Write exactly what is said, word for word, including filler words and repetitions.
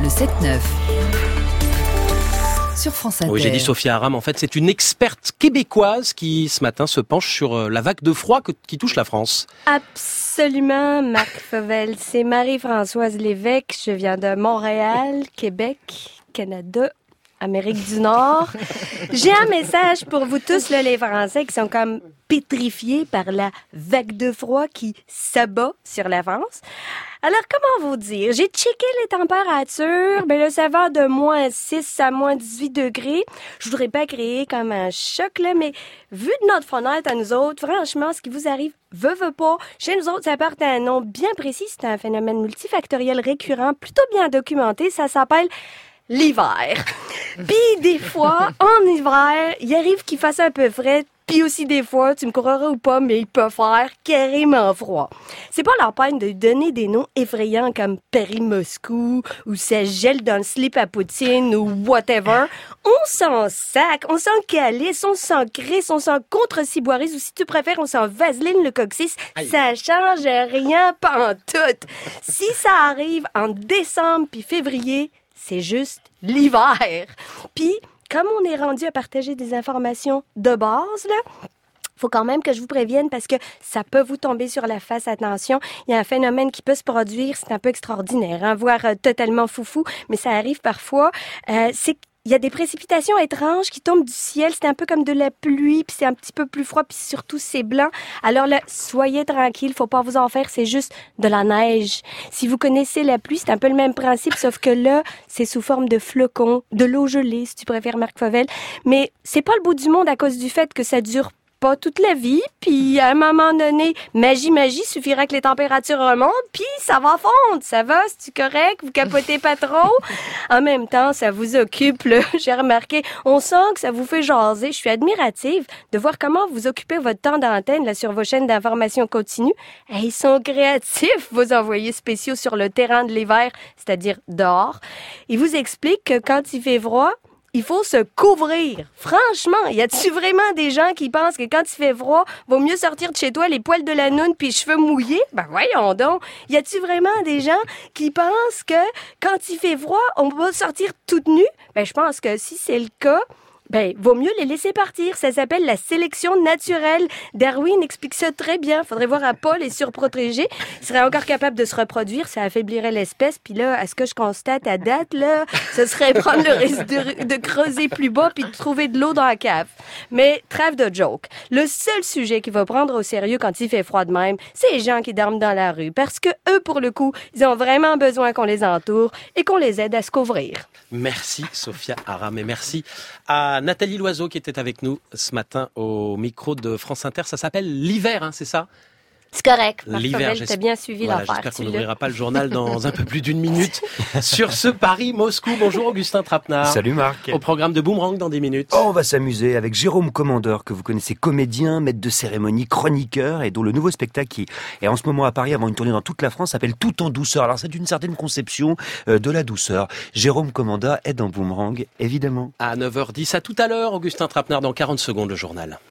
le sept neuf. Sur France Inter. Oui, j'ai dit Sophia Aram. En fait, c'est une experte québécoise qui, ce matin, se penche sur la vague de froid que, qui touche la France. Absolument, Marc Fauvel. C'est Marie-Françoise Lévesque. Je viens de Montréal, Québec, Canada, Amérique du Nord. J'ai un message pour vous tous, là, les Français, qui sont comme pétrifiés par la vague de froid qui s'abat sur la France. Alors, comment vous dire? J'ai checké les températures. Ben là, ça va de moins six à moins dix-huit degrés. Je voudrais pas créer comme un choc, là, mais vu de notre fenêtre à nous autres, franchement, ce qui vous arrive, veut, veut pas. Chez nous autres, ça porte un nom bien précis. C'est un phénomène multifactoriel récurrent, plutôt bien documenté. Ça s'appelle l'hiver. Puis des fois, en hiver, il arrive qu'il fasse un peu frais. Puis aussi des fois, tu me croiras ou pas, mais il peut faire carrément froid. C'est pas la peine de donner des noms effrayants comme Paris Moscou ou ça gèle dans le slip à Poutine ou whatever. On s'en sac, on s'en calisse, on s'en crisse, on s'en contre-ciboirise ou si tu préfères, on s'en vaseline le coccyx. Aïe. Ça change rien pantoute. Si ça arrive en décembre puis février, c'est juste l'hiver. Puis comme on est rendu à partager des informations de base, là, faut quand même que je vous prévienne parce que ça peut vous tomber sur la face. Attention, il y a un phénomène qui peut se produire, c'est un peu extraordinaire, hein, voire euh, totalement foufou, mais ça arrive parfois. Euh, c'est Il y a des précipitations étranges qui tombent du ciel. C'est un peu comme de la pluie, puis c'est un petit peu plus froid, puis surtout c'est blanc. Alors là, soyez tranquille, faut pas vous en faire, c'est juste de la neige. Si vous connaissez la pluie, c'est un peu le même principe, sauf que là, c'est sous forme de flocons, de l'eau gelée, si tu préfères, Marc Fauvel. Mais c'est pas le bout du monde à cause du fait que ça dure pas toute la vie, puis à un moment donné, magie, magie, suffira que les températures remontent, puis ça va fondre, ça va, c'est-tu correct, vous capotez pas trop? En même temps, ça vous occupe, là, j'ai remarqué, on sent que ça vous fait jaser, je suis admirative de voir comment vous occupez votre temps d'antenne, là, sur vos chaînes d'information continue. Et ils sont créatifs, vos envoyés spéciaux sur le terrain de l'hiver, c'est-à-dire dehors. Ils vous expliquent que quand il fait froid, il faut se couvrir. Franchement, y a-tu vraiment des gens qui pensent que quand il fait froid, vaut mieux sortir de chez toi les poils de la noune puis les cheveux mouillés? Ben voyons donc. Y a-tu vraiment des gens qui pensent que quand il fait froid, on va sortir toute nue? Ben je pense que si c'est le cas, ben, vaut mieux les laisser partir. Ça s'appelle la sélection naturelle. Darwin explique ça très bien. Faudrait voir un Paul est surprotégé. Il serait encore capable de se reproduire. Ça affaiblirait l'espèce. Puis là, à ce que je constate à date, là, ce serait prendre le risque de, de creuser plus bas puis de trouver de l'eau dans la cave. Mais, trêve de joke. Le seul sujet qu'il va prendre au sérieux quand il fait froid de même, c'est les gens qui dorment dans la rue. Parce que eux, pour le coup, ils ont vraiment besoin qu'on les entoure et qu'on les aide à se couvrir. Merci, Sophia Aram. Et merci à Nathalie Loiseau qui était avec nous ce matin au micro de France Inter. Ça s'appelle l'hiver, hein, c'est ça? C'est correct. L'hiver, t'as bien suivi voilà, l'affaire. J'espère qu'on n'ouvrira pas le journal dans un peu plus d'une minute. Sur ce Paris-Moscou, bonjour Augustin Trapenard. Salut Marc. Au programme de Boomerang dans dix minutes. Oh, on va s'amuser avec Jérôme Commandeur, que vous connaissez, comédien, maître de cérémonie, chroniqueur, et dont le nouveau spectacle qui est en ce moment à Paris avant une tournée dans toute la France s'appelle Tout en douceur. Alors c'est une certaine conception euh, de la douceur. Jérôme Commandeur est dans Boomerang, évidemment. À neuf heures dix, à tout à l'heure, Augustin Trapenard, dans quarante secondes le journal.